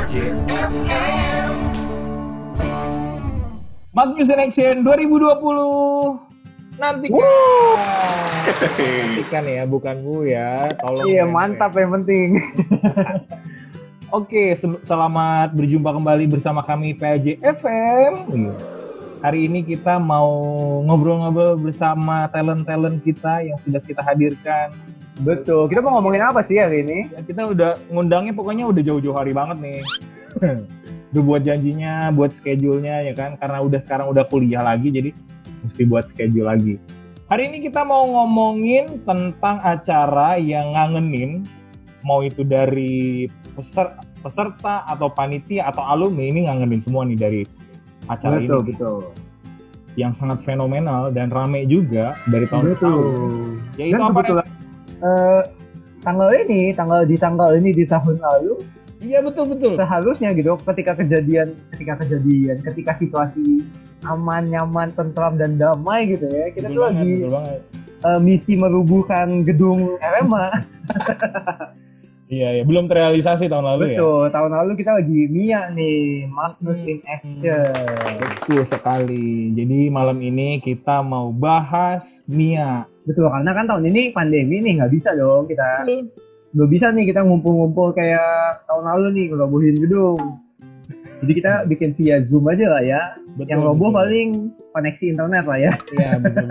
PJFM. Magnus in Action 2020 nantikan ya, bukan Bu ya, tolong. Iya, mantap yang penting. Oke, selamat berjumpa kembali bersama kami PJFM. Hari ini kita mau ngobrol-ngobrol bersama talent-talent kita yang sudah kita hadirkan. Betul. Kita mau ngomongin apa sih hari ini? Ya, kita udah ngundangnya pokoknya udah jauh-jauh hari banget nih. Udah buat janjinya, buat schedule-nya ya kan, karena sekarang udah kuliah lagi jadi mesti buat schedule lagi. Hari ini kita mau ngomongin tentang acara yang ngangenin, mau itu dari peserta atau panitia atau alumni, ini ngangenin semua nih dari acara ini. Betul. Yang sangat fenomenal dan rame juga dari tahun ke tahun. Yaitu apa? Tanggal ini di tahun lalu. Iya betul. Seharusnya gitu ketika situasi aman, nyaman, tentram dan damai gitu ya. Kita tuh lagi misi merubuhkan gedung RMA. Iya, belum terrealisasi tahun lalu. Betul, tahun lalu kita lagi MIA nih, Magnus in Action. Betul sekali. Jadi malam ini kita mau bahas MIA. Betul, karena kan tahun ini pandemi nih, nggak bisa dong kita. Nggak bisa nih kita ngumpul-ngumpul kayak tahun lalu nih, ngerobohin gedung. Jadi kita bikin via Zoom aja lah ya. Betul, yang roboh paling koneksi internet lah ya. Iya, betul.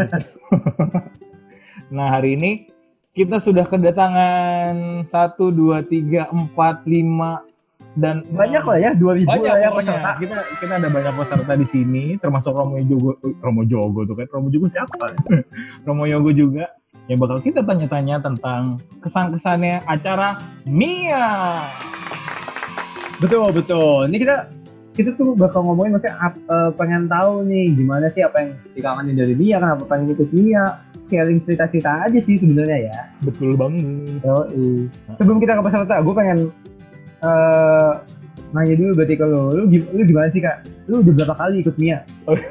Nah, hari ini kita sudah kedatangan 1, 2, 3, 4, 5 dan banyak lah ya, 2000 banyak lah ya peserta. Kita ada banyak peserta di sini, termasuk Romo Jogo tuh kan. Romo Jogo siapa? Romo Yogo juga yang bakal kita tanya-tanya tentang kesan-kesannya acara MIA. Betul. Ini kita tuh bakal ngomongin maksudnya pengen tahu nih gimana sih apa yang dikangenin dari MIA, kenapa pengen ikut MIA. Sharing cerita-cerita aja sih sebenarnya ya. Betul banget. Sebelum kita ke peserta, gue pengen nanya dulu berarti kalau lu gimana sih Kak? Lu udah berapa kali ikut MIA?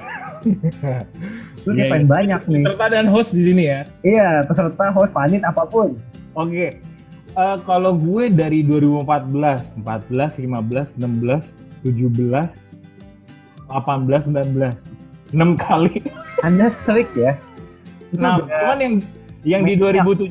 Lu kayak pengen banyak nih. Peserta dan host di sini ya? Iya, peserta, host, panit, apapun. Oke. Kalau gue dari 2014, 15, 16, 17, 18, 19. 6 kali. Anda strict ya? Nah, cuman yang di 2017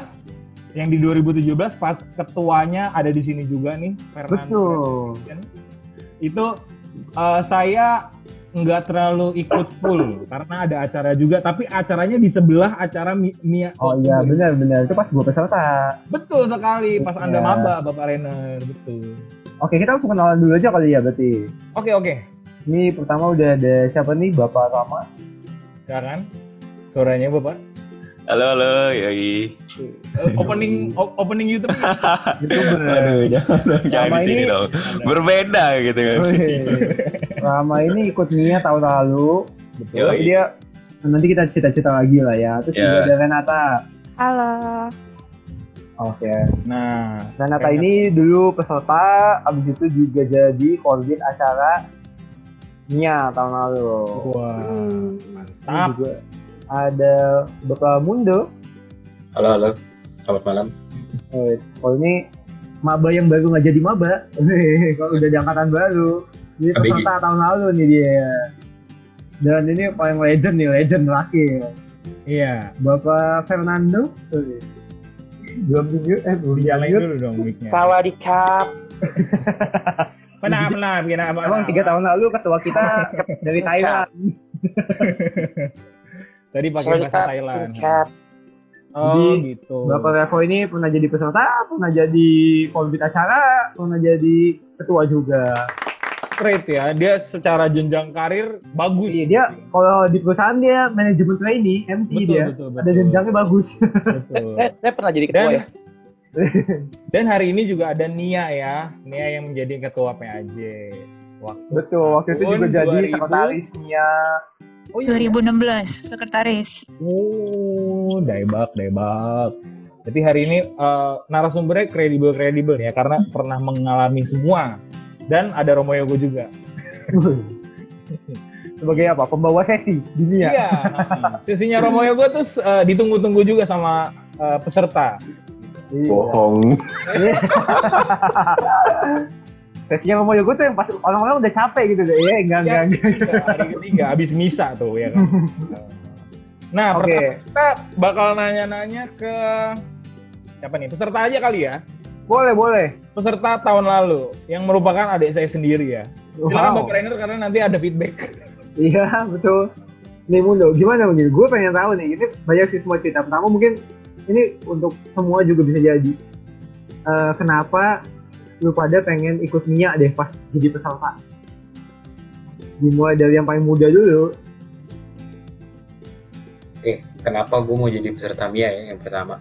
pas ketuanya ada di sini juga nih, Fernando. Betul. Itu saya nggak terlalu ikut full karena ada acara juga, tapi acaranya di sebelah acara MIA. Oh iya, benar. Itu pas gue peserta. Betul sekali, pas Anda maba, Bapak Renner, betul. Oke, kita langsung kenalan dulu aja kali ya berarti. Oke. Ini pertama udah ada siapa nih, Bapak Rama? Sekarang suaranya Bapak. Halo, yoi. Opening YouTube. Aduh, jangan di sini dong. Berbeda gitu kan. Rama ini ikut MIA tahun lalu. Betul. Tapi dia nanti kita cerita-cerita lagi lah ya. Terus juga ada Renata. Halo. Oke. Nah, Renata ini dulu peserta, abis itu juga jadi koordinator acara MIA tahun lalu. Wah, mantap. Juga ada Bapak Mundo. Halo. Selamat malam. Kalau ini maba yang baru nggak jadi maba. Kalau udah di angkatan baru. Ini peserta tahun lalu nih dia. Dan ini paling legend terakhir. Iya. Bapak Fernando. Belum Dinyalain dulu dong mic-nya. Sawadikap. Benar. Emang 3 tahun lalu ketua kita dari Thailand. Tadi pakai bahasa Thailand. Oh gitu. Bapak Revo ini pernah jadi peserta, pernah jadi koordinator acara, pernah jadi ketua juga. Straight ya, dia secara jenjang karir bagus. Iya, dia kalau di perusahaan dia manajemen trainee, MT dia. Betul. Ada jenjangnya bagus. Betul. Saya pernah jadi ketua ya. Dan hari ini juga ada Nia ya, Nia yang menjadi ketua PAJ. Waktu itu juga jadi sekretaris Nia. Oh, iya. 2016 sekretaris. Oh, daibak. Jadi hari ini narasumbernya kredibel ya, karena pernah mengalami semua. Dan ada Romo Yogo juga. Sebagai apa? Pembawa sesi dunia. Iya. Sesinya Romo Yogo tuh ditunggu-tunggu juga sama peserta. Bohong. Sesinya ngomong gue tuh yang pas orang-orang udah capek gitu deh. Ya, enggak. Hari ketiga habis misa tuh ya kan. Nah, pertama kita bakal nanya-nanya ke siapa nih? Peserta aja kali ya. Boleh. Peserta tahun lalu yang merupakan adik saya sendiri ya. Silakan Bapak Rainer karena nanti ada feedback. Iya, betul. Nih Mundo, gimana Mundo? Gue pengen tahu nih, ini banyak sih semua cerita. Pertama mungkin ini untuk semua juga bisa jadi. Kenapa lu pada pengen ikut Mia deh pas jadi peserta? Dimulai dari yang paling muda dulu. Kenapa gue mau jadi peserta Mia ya yang pertama?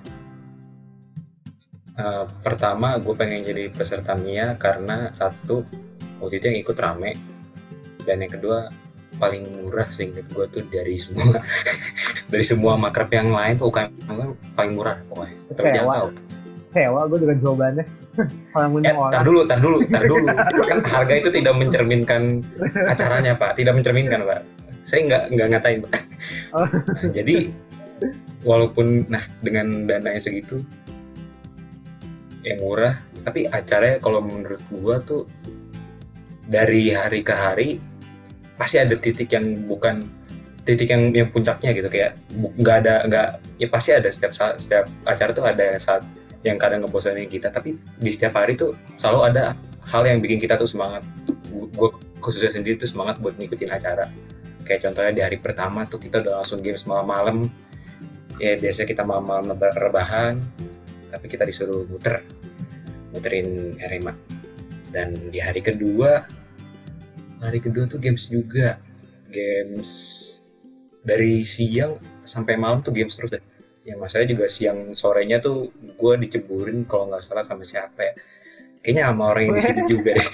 Pertama gue pengen jadi peserta Mia karena satu, waktu itu yang ikut rame, dan yang kedua paling murah seingat gue tuh dari semua makrab yang lain tuh UKM paling murah pokoknya, terjangkau. Sewa gue dengan jawabannya. Orang ngundang orang. Tar dulu. Kan harga itu tidak mencerminkan acaranya Pak, tidak mencerminkan Pak. Saya nggak ngatain Pak. Nah, jadi walaupun dengan dana yang segitu yang murah, tapi acaranya kalau menurut gua tuh dari hari ke hari pasti ada titik yang bukan titik yang puncaknya gitu, kayak ya pasti ada setiap acara tuh ada saat yang kadang ngebosanin kita, tapi di setiap hari tuh selalu ada hal yang bikin kita tuh semangat. Gua khususnya sendiri tuh semangat buat ngikutin acara. Kayak contohnya di hari pertama tuh kita udah langsung games malam-malam. Ya biasanya kita malam-malam rebahan, tapi kita disuruh muterin RMA. Dan di hari kedua tuh games juga. Games dari siang sampai malam tuh games terus deh. Yang masalahnya juga siang sorenya tuh gue diceburin kalau nggak salah sama siapa ya. Kayaknya sama orang yang di situ juga deh.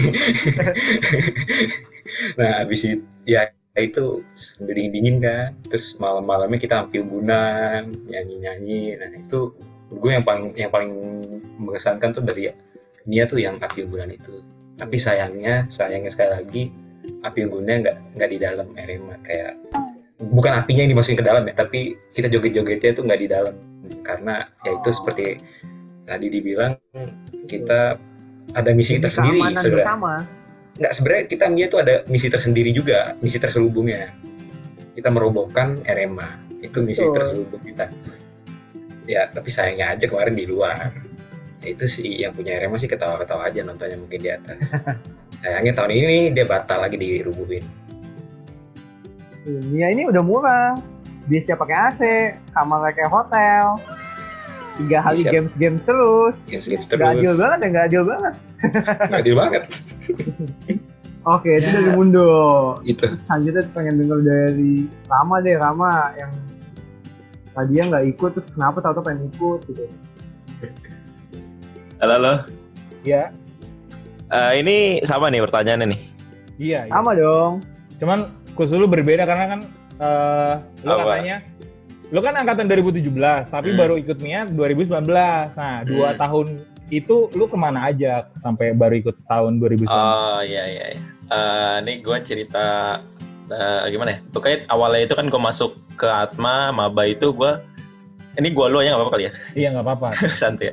Nah abis itu dingin kan, terus malamnya kita ambil gunan, nyanyi. Nah itu gue yang paling mengesankan tuh dari Nia tuh yang api unggulan itu. Tapi sayangnya sekali lagi api unggunnya nggak di dalam RMA, kayak bukan apinya yang dimasukin ke dalam ya, tapi kita joget-jogetnya tuh nggak di dalam, karena ya itu seperti tadi dibilang kita ada misi tersendiri sebenarnya. Sebenarnya kita Mia tuh ada misi tersendiri juga, misi terselubungnya. Kita merobohkan RMA, itu misi terselubung kita. Ya tapi sayangnya aja kemarin di luar. Itu sih yang punya RMA sih ketawa-ketawa aja nontonnya mungkin di atas. Sayangnya tahun ini dia batal lagi dirubuhin. Ya ini udah murah. Biasanya pakai AC, kamar kayak hotel. 3 hari games terus. Gak adil banget ya, gak adil banget. Oke, itu dari Mundo. Itu. Selanjutnya pengen denger dari Rama yang tadinya nggak ikut, terus kenapa tahu pengen ikut gitu. Halo. Iya. Ini sama nih pertanyaannya nih. Iya. Sama dong. Cuman khusus lu berbeda karena kan lu katanya lu kan angkatan 2017 tapi baru ikut Mia 2019. Nah, 2 tahun itu lu kemana aja sampai baru ikut tahun 2019? Oh iya. Ini gue cerita gimana ya? Pokoknya awalnya itu kan gue masuk ke Atma, Maba itu ini gue lu aja nggak apa-apa kali ya? Iya nggak apa-apa. Santai ya.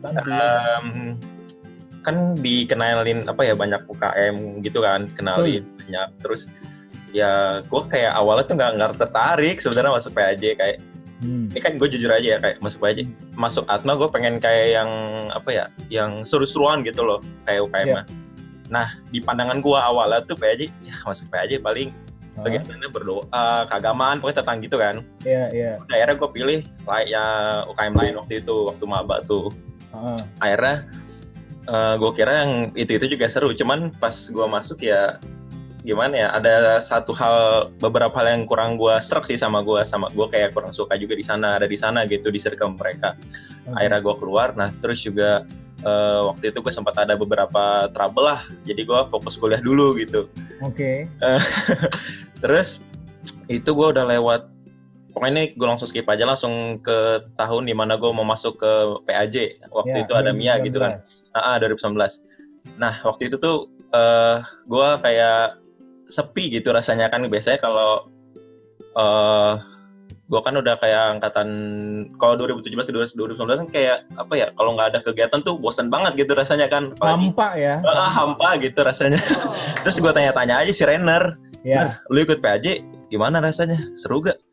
Kan dikenalin banyak UKM gitu kan, kenalin banyak, terus ya gue kayak awalnya tuh nggak tertarik sebenarnya masuk PAJ kayak ini kan gue jujur aja ya, kayak masuk PAJ, masuk Atma gue pengen kayak yang seru-seruan gitu loh kayak UKM. Nah di pandangan gue awalnya tuh PAJ ya masuk PAJ paling bagaimana berdoa keagamaan pokoknya tentang gitu kan. Iya. Akhirnya gue pilih ya UKM lain waktu itu, waktu maba tuh. Akhirnya gue kira yang itu juga seru, cuman pas gue masuk ya gimana ya, ada beberapa hal yang kurang gue serk sih sama gue kayak kurang suka juga di sana gitu di circle mereka. Akhirnya gue keluar. Nah terus juga waktu itu gue sempat ada beberapa trouble lah, jadi gue fokus kuliah dulu gitu. Terus itu gue udah lewat, pokoknya ini gue langsung skip aja langsung ke tahun dimana gue mau masuk ke PAJ. Waktu itu ada Mia gitu kan. 2019. Nah waktu itu tuh gue kayak sepi gitu rasanya kan. Biasanya kalau gue kan udah kayak angkatan, kalau 2017 ke 2019 kan kayak apa ya, kalau nggak ada kegiatan tuh bosan banget gitu rasanya kan. Hampa ya. Hampa gitu rasanya. Terus gue tanya-tanya aja si Renner, Ya. lu ikut PAJ gimana rasanya? Seru gak?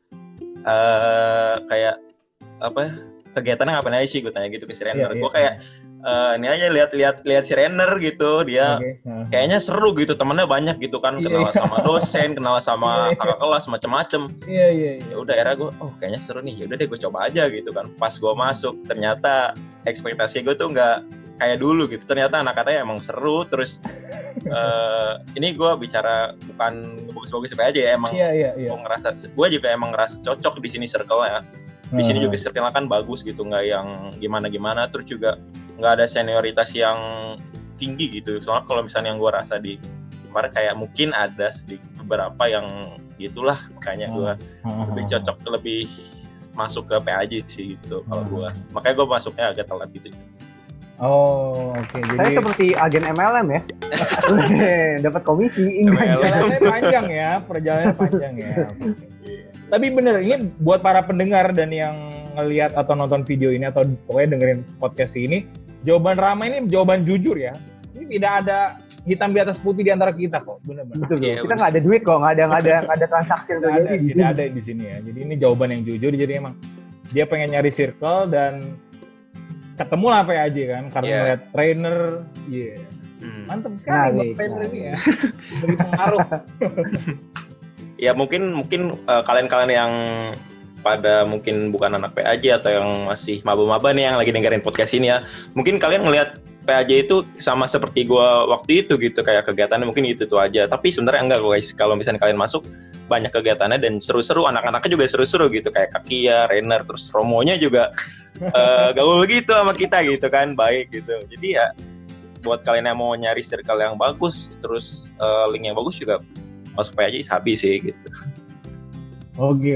Kayak apa ya? Kegiatannya ngapain aja sih, gue tanya gitu ke si Renner. Gue kayak ini aja lihat si Renner gitu, dia kayaknya seru gitu, temennya banyak gitu kan, kenal sama dosen, kenal sama kakak kelas, macem-macem. Iya. Ya udah era gue, kayaknya seru nih, ya udah deh gue coba aja gitu kan. Pas gue masuk, ternyata ekspektasi gue tuh nggak kayak dulu gitu. Ternyata anak-anaknya emang seru. Terus ini gue bicara bukan bagus-bagus aja ya, emang gue juga emang ngerasa cocok di sini circle-nya. Di sini juga circle-nya kan bagus gitu, nggak yang gimana-gimana. Terus juga nggak ada senioritas yang tinggi gitu. Soalnya kalau misalnya yang gue rasa di kemarin kayak mungkin ada beberapa yang gitulah, makanya gue lebih cocok, lebih masuk ke PAJ sih gitu kalau gue. Makanya gue masuknya agak telat gitu. Oke. Saya Jadi seperti agen MLM ya. Dapat komisi. Perjalanannya panjang ya. Tapi bener, ini buat para pendengar dan yang ngelihat atau nonton video ini atau pokoknya dengerin podcast ini, jawaban Rama ini jawaban jujur ya. Ini tidak ada hitam di atas putih di antara kita kok, bener-bener. Betul. Kita nggak ada duit kok, nggak ada transaksi yang terjadi di sini. Tidak ada di sini ya. Jadi ini jawaban yang jujur. Jadi emang dia pengen nyari circle dan ketemu lah PAJ kan, karena ngeliat trainer, mantep sekali buat trainer ini ya. Beri pengaruh. Ya mungkin kalian-kalian yang pada mungkin bukan anak PAJ atau yang masih maba-maba nih yang lagi dengerin podcast ini ya, mungkin kalian ngelihat PAJ itu sama seperti gue waktu itu gitu, kayak kegiatannya mungkin itu aja. Tapi sebenarnya enggak guys, kalau misalnya kalian masuk banyak kegiatannya dan seru-seru, anak-anaknya juga seru-seru gitu, kayak Kakia, Renner, terus Romonya juga gaul gitu sama kita gitu kan, baik gitu. Jadi ya buat kalian yang mau nyari circle yang bagus, terus link yang bagus juga masuk PAJ sabi sih gitu. Oke.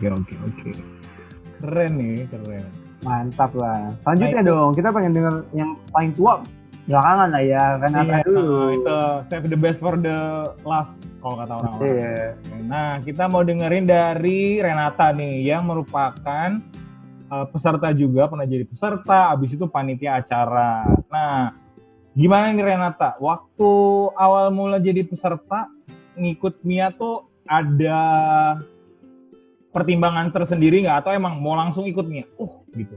Keren nih. Mantap lah. Selanjutnya dong, kita pengen denger yang paling tua belakangan lah ya, Renata dulu. Itu save the best for the last kalau kata orang-orang. Nah, kita mau dengerin dari Renata nih yang merupakan peserta juga, pernah jadi peserta, abis itu panitia acara. Nah, gimana nih Renata? Waktu awal mula jadi peserta ngikut Mia tuh ada pertimbangan tersendiri nggak, atau emang mau langsung ikut Mia? Gitu.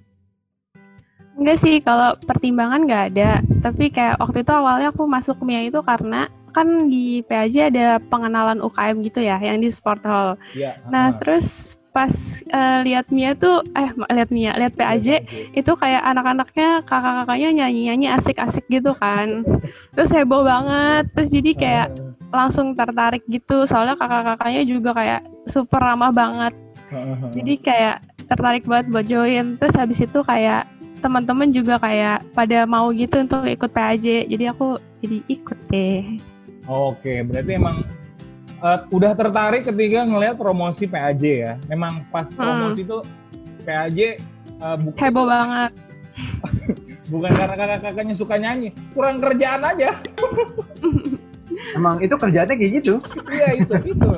Enggak sih, kalau pertimbangan nggak ada. Tapi kayak waktu itu awalnya aku masuk Mia itu karena kan di PAJ ada pengenalan UKM gitu ya, yang di Sport Hall. Nah, terus pas lihat Mia tuh, lihat PAJ itu kayak anak-anaknya, kakak-kakaknya nyanyi-nyanyi asik-asik gitu kan. Terus heboh banget, terus jadi kayak langsung tertarik gitu, soalnya kakak-kakaknya juga kayak super ramah banget. Jadi kayak tertarik banget buat join. Terus habis itu kayak teman-teman juga kayak pada mau gitu untuk ikut PAJ, jadi aku jadi ikut deh. Oke, berarti emang udah tertarik ketika ngelihat promosi PAJ ya. Memang pas promosi itu PAJ heboh banget. Bukan karena kakak-kakaknya suka nyanyi, kurang kerjaan aja. Emang itu kerjaannya kayak gitu. Iya itu.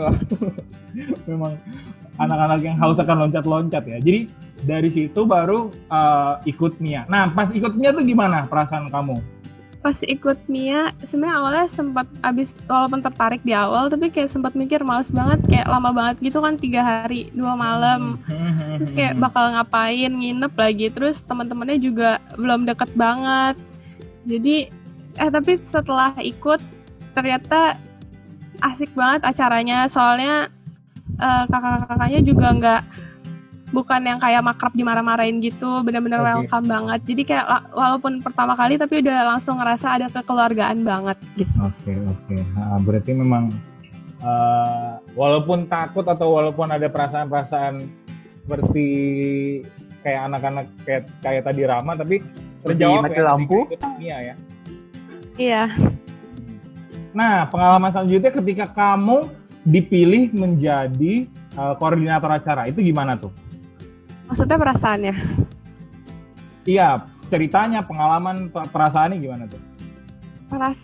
Memang anak-anak yang haus akan loncat-loncat ya. Jadi dari situ baru ikut Mia. Nah, pas ikut Mia tuh gimana perasaan kamu? Pas ikut Mia, sebenarnya awalnya sempat walaupun tertarik di awal, tapi kayak sempat mikir males banget, kayak lama banget gitu kan, 3 hari 2 malam. Terus kayak bakal ngapain, nginep lagi, terus teman-temannya juga belum deket banget. Jadi tapi setelah ikut ternyata asik banget acaranya, soalnya kakak-kakaknya juga bukan yang kayak makrab dimarah-marahin gitu, benar-benar welcome banget. Jadi kayak walaupun pertama kali tapi udah langsung ngerasa ada kekeluargaan banget gitu. Oke. Nah, berarti memang walaupun takut atau walaupun ada perasaan-perasaan seperti kayak anak-anak kayak tadi Rama, tapi terjawab mati lampu. Ya. Iya. Nah, pengalaman selanjutnya ketika kamu dipilih menjadi koordinator acara, itu gimana tuh? Maksudnya perasaannya? Iya, ceritanya, pengalaman, perasaannya gimana tuh?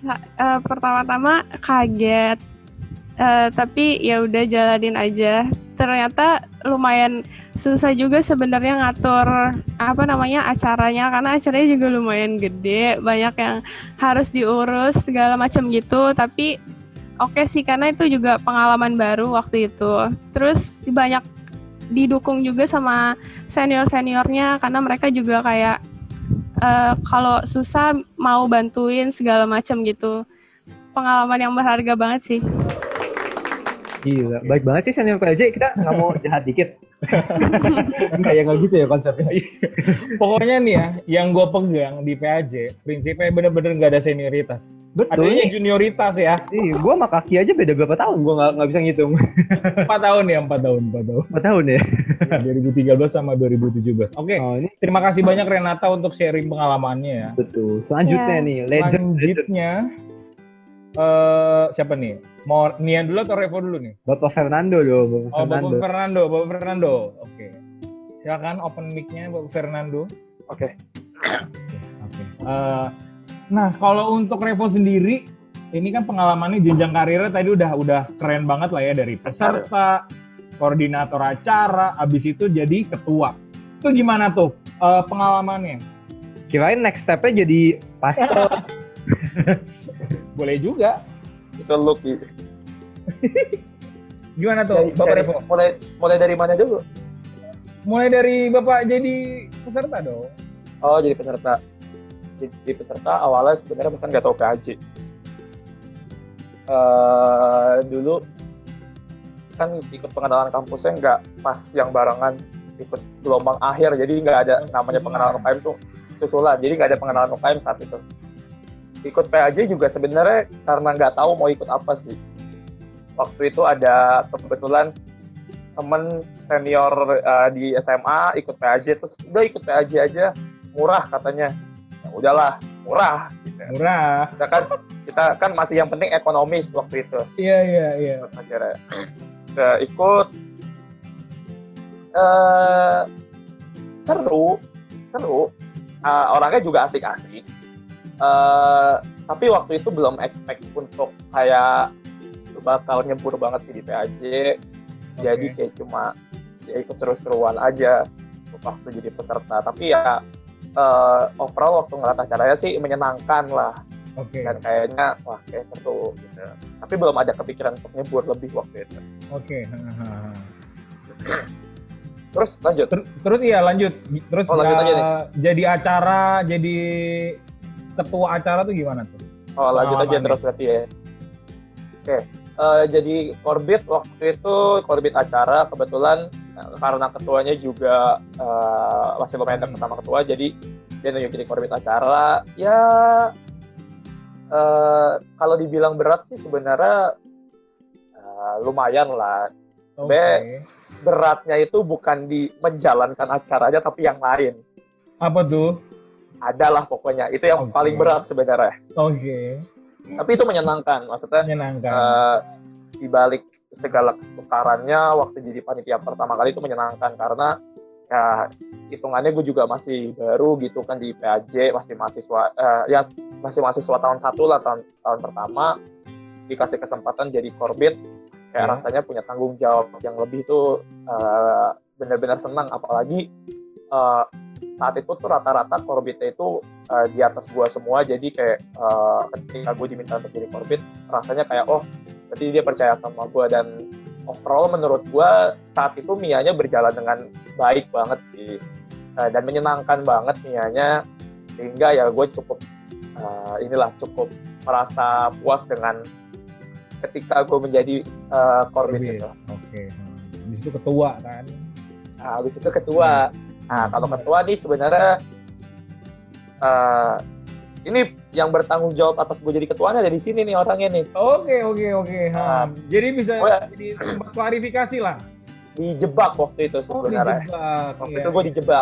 Pertama-tama kaget, tapi ya udah jalanin aja. ternyata lumayan susah juga sebenarnya ngatur acaranya, karena acaranya juga lumayan gede, banyak yang harus diurus segala macam gitu. Tapi oke sih, karena itu juga pengalaman baru waktu itu. Terus banyak didukung juga sama senior-seniornya, karena mereka juga kayak kalau susah mau bantuin segala macam gitu. Pengalaman yang berharga banget sih. Gila, baik banget sih senior PJ, kita nggak mau jahat dikit. Enggak ya, nggak gitu ya konsepnya. Pokoknya nih ya, yang gue pegang di PAJ, prinsipnya bener-bener nggak ada senioritas. Betul. Adanya junioritas ya. Iya, gue sama Kaki aja beda berapa tahun, gue nggak bisa ngitung. 4 tahun ya, 4 tahun. 4 tahun ya? 2013 sama 2017. Oke, ini terima kasih banyak Renata untuk sharing pengalamannya ya. betul. Selanjutnya nih, legend. Selanjutnya, siapa nih? Mau Nia dulu atau Revo dulu nih? Bapak Fernando dong. Bapak Fernando. Oke. Silakan open mic-nya Bapak Fernando. Oke. Nah, kalau untuk Revo sendiri, ini kan pengalamannya jenjang karirnya tadi udah keren banget lah ya, dari peserta, koordinator acara, abis itu jadi ketua. Itu gimana tuh pengalamannya? Kirain next step-nya jadi pastor. Boleh juga. Itu look gitu. Gimana tuh, Bapak Revo? Mulai dari mana dulu? Mulai dari Bapak jadi peserta dong. Oh, jadi peserta. Jadi peserta awalnya sebenarnya bukan nggak tahu PAJ. Dulu kan ikut pengenalan kampusnya nggak pas yang barengan, ikut gelombang akhir, jadi nggak ada namanya pengenalan UKM tuh susulan, jadi nggak ada pengenalan UKM saat itu. Ikut PAJ juga sebenarnya karena nggak tahu mau ikut apa sih. Waktu itu ada kebetulan temen senior di SMA ikut PAJ, terus udah ikut PAJ aja, murah katanya. Ya udahlah, murah gitu. Murah. Kita kan masih yang penting ekonomis waktu itu. Iya. Akhirnya ikut, seru. Orangnya juga asik-asik. Tapi waktu itu belum expect untuk kayak bakal nyebur banget sih di PAJ. Jadi kayak cuma ya ikut seru-seruan aja waktu jadi peserta. Tapi ya overall waktu ngeliat acaranya sih menyenangkan lah. Dan kayaknya wah kayak seru gitu. Tapi belum ada kepikiran untuk nyebur lebih waktu itu. Terus lanjut. Terus iya lanjut. Terus lanjut aja nih. Jadi acara, jadi ketua acara tuh gimana tuh? Lanjut aja terus berarti ya. Oke. Jadi korbit acara, kebetulan karena ketuanya juga masih lumayan dekat sama ketua, jadi dia nunjuk jadi korbit acara. Ya kalau dibilang berat sih sebenarnya lumayan lah. Beratnya itu bukan di menjalankan acaranya, tapi yang lain. Apa tuh? Adalah pokoknya itu yang paling berat sebenarnya. Tapi itu menyenangkan, maksudnya di balik segala kesukarannya waktu jadi panitia pertama kali itu menyenangkan karena ya hitungannya gue juga masih baru gitu kan di PAJ, masih mahasiswa tahun 1 lah, tahun pertama dikasih kesempatan jadi korbit, kayak rasanya punya tanggung jawab yang lebih tuh benar-benar senang, apalagi saat itu tuh rata-rata korbitnya itu di atas gua semua, jadi kayak ketika gue diminta untuk jadi korbit rasanya kayak berarti dia percaya sama gua, dan overall menurut gua saat itu Mianya berjalan dengan baik banget sih, dan menyenangkan banget Mianya, sehingga ya gue cukup cukup merasa puas dengan ketika gue menjadi korbit itu. Habis itu ketua kan? Habis itu ketua. Nah, kalau ketua nih sebenarnya ini yang bertanggung jawab atas gue jadi ketuanya ada di sini nih orangnya nih. Oke. Jadi bisa jadi tempat klarifikasi lah. Dijebak waktu itu sebenarnya. Waktu itu gue dijebak.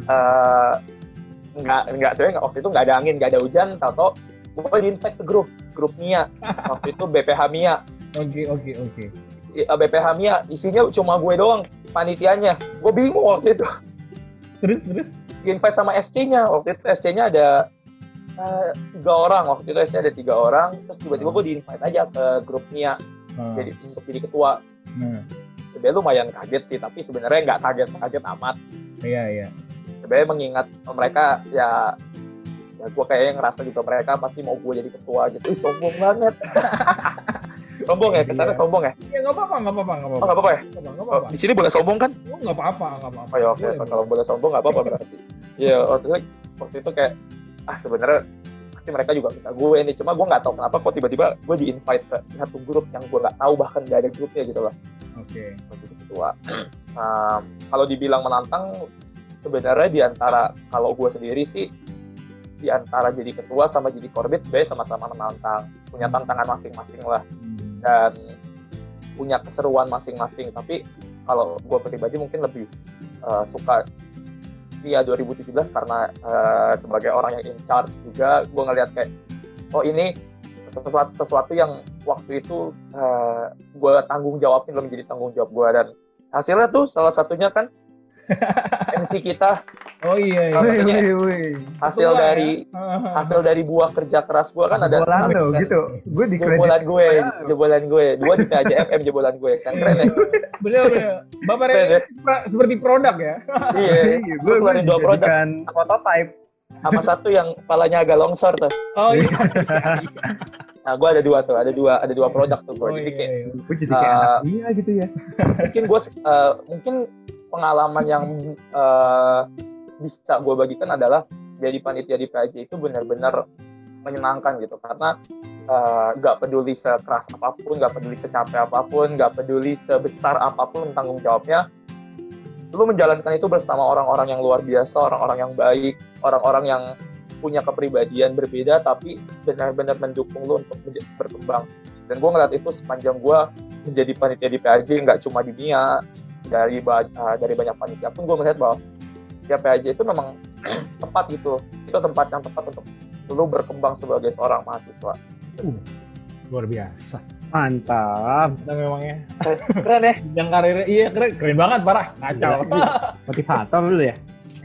Sebenarnya waktu itu nggak ada angin, nggak ada hujan, tahu gue di-invite ke grup Mia. Waktu itu BPH Mia. Oke. BPH Mia isinya cuma gue doang panitianya. Gue bingung waktu itu. Terus di-invite sama SC-nya. Waktu itu SC-nya ada 3 orang. Waktu itu SC ada 3 orang. Terus tiba-tiba gue di-invite aja ke grup Mia. Jadi untuk jadi ketua. sebenarnya lumayan kaget sih, tapi sebenarnya nggak kaget amat. Iya. Sebenarnya mengingat mereka ya gue kayaknya ngerasa juga mereka pasti mau gue jadi ketua gitu. Ih, sombong banget. Sombong ya, kesannya sombong ya? Iya, nggak apa-apa. Oh, nggak apa-apa ya? Nggak apa-apa. Di sini boleh sombong kan? Oh, nggak apa-apa. Oh ya, oke. Kalau boleh sombong nggak apa-apa berarti. Iya, waktu itu kayak sebenarnya pasti mereka juga minta gue nih, cuma gue nggak tahu kenapa kok tiba-tiba gue di-invite ke satu grup yang gue nggak tahu, bahkan nggak ada grupnya gitu loh. Oke. Ketua. Kalau dibilang menantang, sebenarnya di antara, kalau gue sendiri sih, di antara jadi ketua sama jadi korbit sebenarnya sama-sama menantang, punya tantangan masing-masing lah, dan punya keseruan masing-masing. Tapi kalau gue pribadi mungkin lebih suka ya 2017 karena sebagai orang yang in charge juga, gue ngelihat kayak ini sesuatu yang waktu itu gue tanggung jawabin, belum menjadi tanggung jawab gue, dan hasilnya tuh salah satunya kan MC kita. Oh iya. Hasil dari buah kerja keras gue kan ada jebolan lo gitu. Gue di jebolan gue. Dua di PAJFM jebolan gue. Kan keren ya? Bener. Bapak Rene seperti produk ya? Iya. Gue keluarin 2 produk. Prototype. Sama satu yang kepalanya agak longsor tuh. Oh iya. Nah, gue ada 2 tuh. Ada dua produk tuh. Oh, jadi kayak, gue jadi kayak anak dia gitu ya. Mungkin pengalaman yang bisa gue bagikan adalah jadi panitia di PAJ itu benar-benar menyenangkan gitu, karena gak peduli sekeras apapun, gak peduli secapek apapun, gak peduli sebesar apapun tanggung jawabnya, lu menjalankan itu bersama orang-orang yang luar biasa, orang-orang yang baik, orang-orang yang punya kepribadian berbeda tapi benar-benar mendukung lu untuk berkembang. Dan gue ngeliat itu sepanjang gue menjadi panitia di PAJ, nggak cuma di MIA, dari banyak panitia pun gue melihat bahwa ya PAJ itu memang tepat gitu, itu tempat yang tepat untuk lu berkembang sebagai seorang mahasiswa. Luar biasa, mantap. Nah, memangnya keren ya, yang karirnya. Iya, keren banget, parah, kacau. Motivator dulu ya.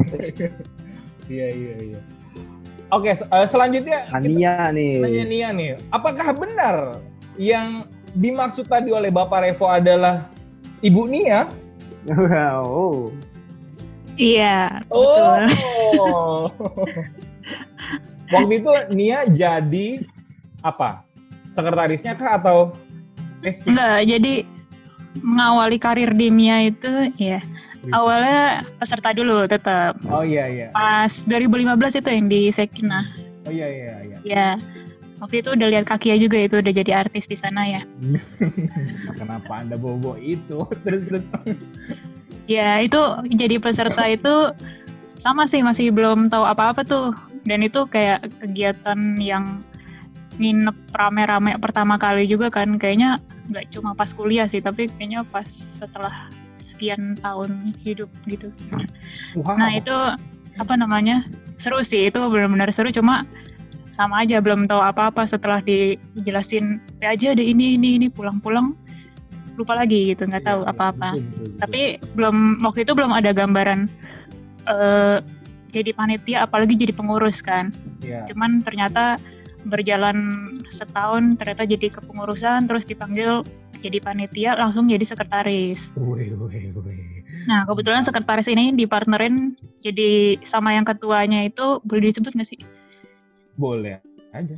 Iya. Oke, selanjutnya Nia nih, apakah benar yang dimaksud tadi oleh Bapak Revo adalah Ibu Nia? Wow. Iya, betul. Oh. Waktu itu Nia jadi apa? Sekretarisnya kah atau SC? Enggak, jadi mengawali karir di MIA itu ya awalnya peserta dulu tetap. Oh iya. Pas 2015 itu yang di Sekinah. Oh iya. Ya, waktu itu udah lihat Kakia juga, itu udah jadi artis di sana ya. Kenapa Anda bobo itu? Terus. Ya, itu jadi peserta itu sama sih, masih belum tahu apa-apa tuh. Dan itu kayak kegiatan yang nginep rame-rame pertama kali juga kan. Kayaknya nggak cuma pas kuliah sih, tapi kayaknya pas setelah sekian tahun hidup gitu. Wow. Nah itu seru sih, itu benar-benar seru, cuma sama aja belum tahu apa-apa. Setelah dijelasin aja ada ini pulang-pulang lupa lagi gitu, nggak tahu apa-apa. Betul. Tapi waktu itu belum ada gambaran jadi panitia, apalagi jadi pengurus kan. Cuman ternyata berjalan setahun ternyata jadi kepengurusan, terus dipanggil jadi panitia, langsung jadi sekretaris. Nah kebetulan sekretaris ini dipartnerin jadi sama yang ketuanya itu, boleh disebut nggak sih? Boleh aja.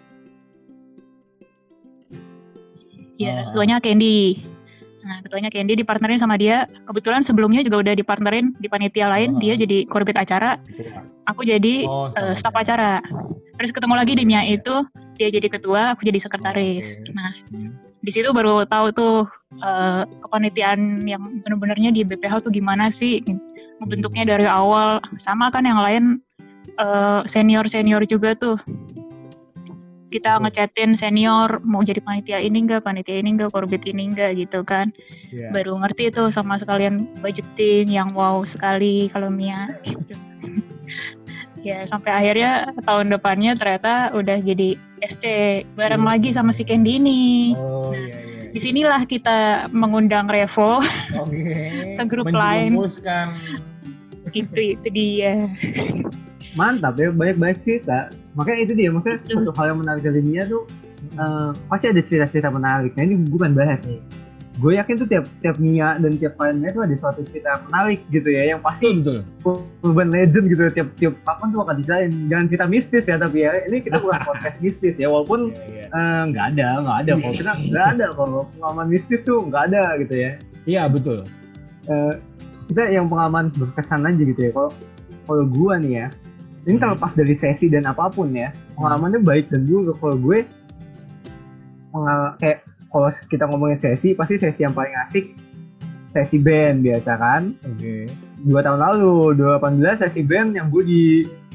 Ya, ketuanya Candy. Nah, ketuanya Candy dipartnerin sama dia. Kebetulan sebelumnya juga udah dipartnerin di panitia lain. Dia jadi korbit acara. Aku jadi staf acara. Terus ketemu lagi di MIA itu, dia jadi ketua, aku jadi sekretaris. Nah, di situ baru tahu tuh kepanitiaan yang benar-benarnya di BPH tuh gimana sih? Bentuknya dari awal. Sama kan yang lain senior-senior juga tuh. Kita ngechatin senior mau jadi panitia ini enggak, korbit ini enggak gitu kan. Baru ngerti tuh sama sekalian budgeting yang wow sekali kalau MIA gitu. Ya sampai akhirnya tahun depannya ternyata udah jadi SC bareng lagi sama si Candy ini. Nah, disinilah kita mengundang Revo ke grup lain. Itu dia. Mantap ya, banyak cerita. Makanya itu dia, maksudnya satu hal yang menarik dari dia tuh pasti ada cerita-cerita menarik. Nah ini gue pengen bahas nih. gue yakin tuh tiap Mia dan tiap kliennya tuh ada suatu cerita menarik gitu ya, yang pasti betul. Urban legend gitu, tiap kapan tuh akan diceritain. Jangan cerita mistis ya, tapi ya ini kita bukan podcast mistis ya, walaupun nggak ada kalau kita nggak ada kalau pengalaman mistis tuh nggak ada gitu ya. Iya betul. Kita yang pengalaman berkesan aja gitu ya. Kalau gue nih ya, ini terlepas dari sesi dan apapun ya, pengalamannya baik dan buruk. Kalau gue kayak kalau kita ngomongin sesi, pasti sesi yang paling asik sesi band biasa kan. Oke. 2 tahun lalu 2018 sesi band yang gue di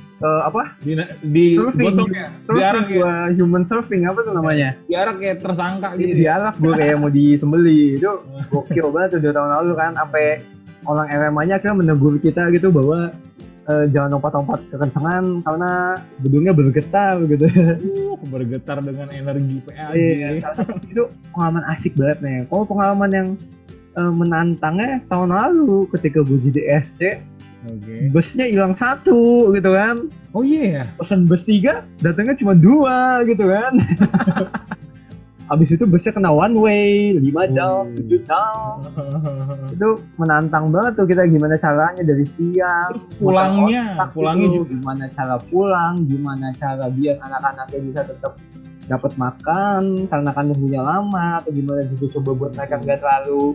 di surfing, gotok ya, diarak ya, human surfing apa tuh namanya, diarak kayak tersangka gitu, diarak gue kayak mau disembeli. Itu gokil banget tuh 2 tahun lalu kan, sampai orang RMA-nya akhirnya menegur kita gitu bahwa jangan lompat-lompat kekencengan karena gedungnya bergetar gitu. Bergetar dengan energi PAJ. Iya, itu pengalaman asik banget nih. Kalau pengalaman yang menantangnya tahun lalu ketika gue jadi SC, busnya hilang 1 gitu kan. Oh iya. Pesan bus 3 datangnya cuma 2 gitu kan. Abis itu busnya kena one way 5 jam, 7 jam. Itu menantang banget tuh, kita gimana caranya dari siang pulangnya juga, gimana cara pulang, gimana cara biar anak-anaknya bisa tetap dapat makan karena kan nunggunya lama, atau gimana juga coba buat mereka nggak terlalu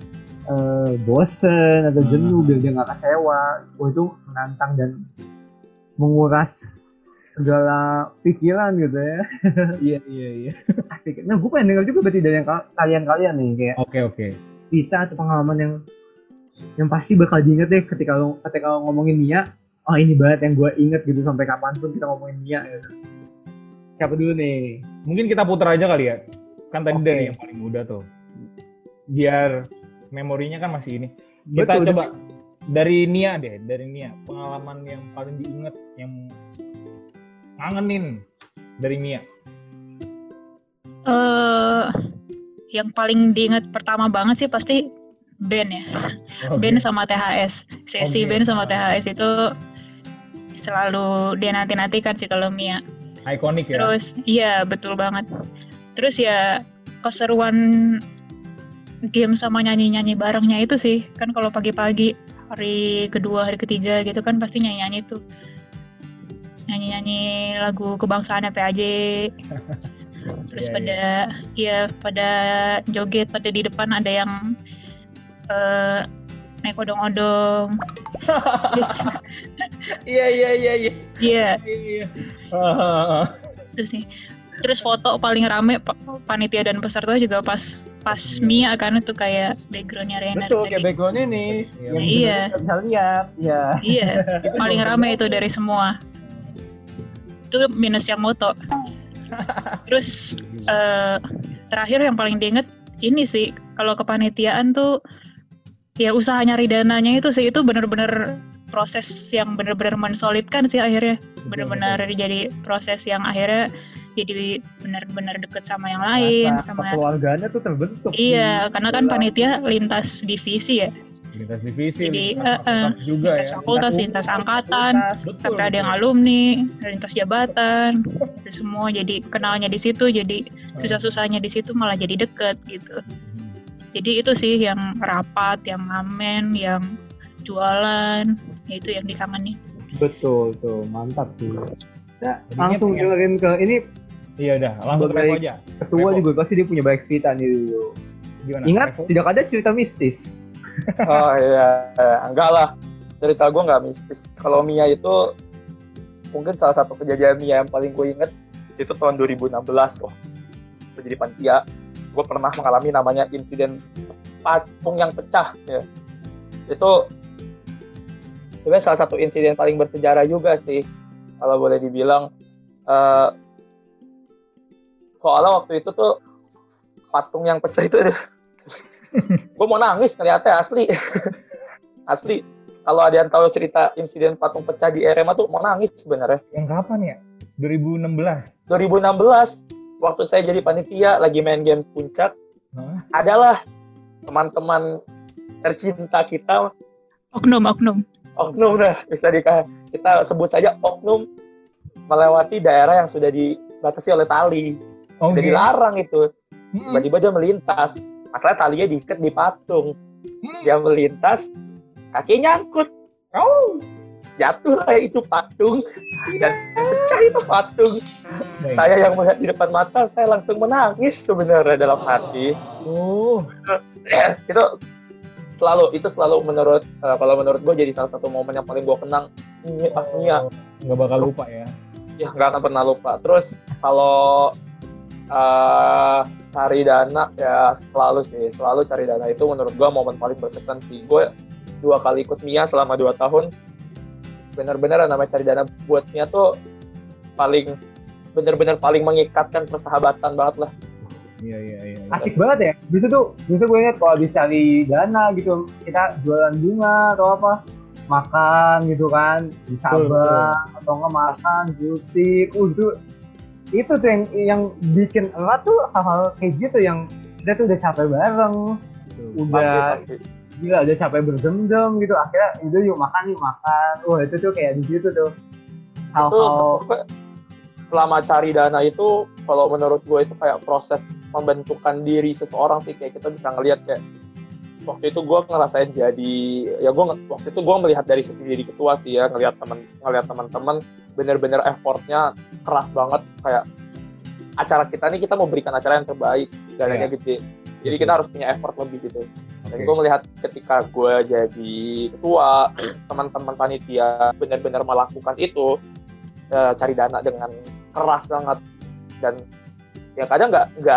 bosen atau jenuh biar dia nggak kecewa. Itu menantang dan menguras segala pikiran gitu ya. Iya. Asik. Nah, gue pengen dengar juga berarti dari kalian nih kayak. Oke. Kita atau pengalaman yang pasti bakal diinget deh ketika lo ngomongin Mia. Oh, ini banget yang gue inget gitu sampai kapanpun kita ngomongin Mia gitu. Siapa dulu nih? Mungkin kita putar aja kali ya. Kan tadi dari yang paling muda tuh. Biar memorinya kan masih ini. Kita betul, coba dari Nia deh, pengalaman yang paling diinget, yang ngangenin dari Mia. Yang paling diinget pertama banget sih pasti band ya. Band sama THS. Sesi band sama THS itu selalu dia nanti-nantikan sih kalau Mia. Ikonik ya. Terus iya betul banget. Terus ya keseruan game sama nyanyi-nyanyi barengnya itu sih. Kan kalau pagi-pagi hari kedua, hari ketiga gitu kan pasti nyanyi-nyanyi tuh. Nyanyi lagu kebangsaannya PAJ. Terus pada joget, pada di depan ada yang naik odong-odong. Iya. Terus foto paling rame panitia dan peserta juga pas Mia kan, itu kayak backgroundnya Renner. Betul, kayak backgroundnya nih. Iya. Bisa lihat. Iya. Paling rame itu dari semua. Itu minus yang moto. Terus terakhir yang paling diinget ini sih, kalau kepanitiaan tuh ya usaha nyari dananya itu sih, itu benar-benar proses yang benar-benar mensolidkan sih akhirnya. Benar-benar jadi proses yang akhirnya jadi benar-benar deket sama yang lain. Sama keluarganya tuh terbentuk. Iya, karena kan panitia lintas divisi ya. Lintas divisi, jadi lintas juga lintas fakultas, lintas angkatan, sampai ada yang alumni, lintas jabatan, itu semua jadi kenalnya di situ, jadi susah-susahnya di situ malah jadi deket gitu. Jadi itu sih yang rapat, yang ngamen, yang jualan, ya itu yang dikangenin. Betul tuh, mantap sih. Nah, langsung dengerin ke ini. Iya udah, langsung ke Revo aja. Ketua juga pasti dia punya banyak cerita nih dulu. Gimana? Ingat, Revo? Tidak ada cerita mistis. Oh iya, enggak lah. Cerita gue nggak mistis. Kalau Mia itu mungkin salah satu kejadian Mia yang paling gue inget itu tahun 2016. Gue jadi panitia. Gue pernah mengalami namanya insiden patung yang pecah. Ya. Itu sebenarnya salah satu insiden paling bersejarah juga sih, kalau boleh dibilang. Soalnya waktu itu tuh patung yang pecah itu gue mau nangis ngeliatnya, asli. Kalau ada yang tahu cerita insiden patung pecah di RMA tuh mau nangis sebenarnya. Yang kapan ya? 2016 waktu saya jadi panitia lagi main game puncak. Adalah teman-teman tercinta kita, oknum dah bisa kita sebut saja oknum, melewati daerah yang sudah dibatasi oleh tali. Udah dilarang itu. Tiba-tiba dia melintas. Masalah talinya diikat di patung. Dia melintas, kaki nyangkut. Oh, jatuh lah itu patung dan pecah itu patung. Saya yang melihat di depan mata, saya langsung menangis sebenarnya dalam hati. Itu selalu menurut kalau menurut gue jadi salah satu momen yang paling gue kenang pas Nia. Nggak bakal lupa ya? Ya nggak akan pernah lupa. Terus kalau cari dana ya selalu cari dana itu menurut gue momen paling berkesan sih. Gue 2 kali ikut Mia selama 2 tahun. Benar-benar namanya cari dana buat Mia tuh benar-benar paling mengikatkan persahabatan banget lah. Iya. Asik banget ya. Bisa gue ingat kalau habis cari dana gitu, kita jualan bunga atau apa, makan gitu kan, di Sabang atau nggak makan, jutik, itu tuh yang bikin erat tuh hal-hal kayak gitu yang kita tuh udah capek bareng, pasti. Gila udah capek berjam-jam gitu, akhirnya itu yuk makan. Wah itu tuh kayak di situ tuh hal-hal. Selama cari dana itu, kalau menurut gue itu kayak proses pembentukan diri seseorang sih. Kayak kita bisa ngelihat kayak waktu itu gue ngerasain waktu itu gue melihat dari sisi diri ketua sih ya, ngelihat teman-teman bener-bener effortnya keras banget. Kayak acara kita nih, kita mau berikan acara yang terbaik, dananya gede, jadi kita harus punya effort lebih gitu. Dan gue melihat ketika gue jadi ketua, teman-teman panitia benar-benar melakukan itu, cari dana dengan keras banget. Dan ya kadang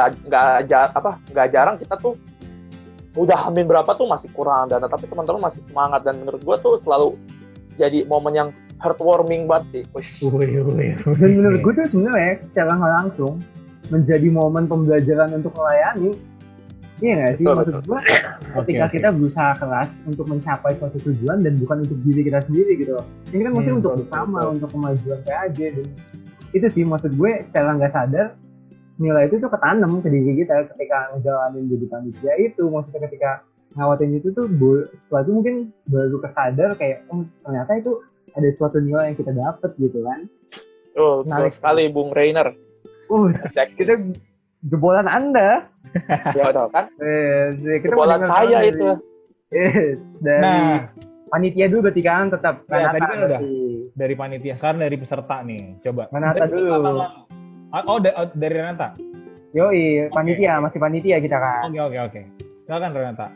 nggak jarang kita tuh udah hamin berapa tuh masih kurang dana, tapi teman-teman masih semangat. Dan menurut gue tuh selalu jadi momen yang heartwarming banget sih. Dan menurut gue tuh sebenarnya secara langsung menjadi momen pembelajaran untuk melayani. Iya nggak sih? Maksud gue ketika kita berusaha keras untuk mencapai suatu tujuan dan bukan untuk diri kita sendiri gitu. Ini kan maksudnya untuk bersama, untuk kemajuan PAJ. Dan itu sih maksud gue secara nggak sadar nilai itu tuh ketanam ke diri kita ketika ngejalanin jadi panitia itu. Maksudnya ketika ngawatin itu tuh setelah itu mungkin baru kesadar kayak ternyata itu ada suatu nilai yang kita dapat gitu kan. Betul sekali Bung Rainer. Kita jebolan Anda. Ya udah kan? Kita jebolan saya dari, itu. Dari panitia dulu berarti kan tetap. Ya, tadi kan udah dari panitia, sekarang dari peserta nih. Coba. Renata dulu. Dari Renata? Yoi, panitia, masih panitia kita kan. Oke. Silakan Renata.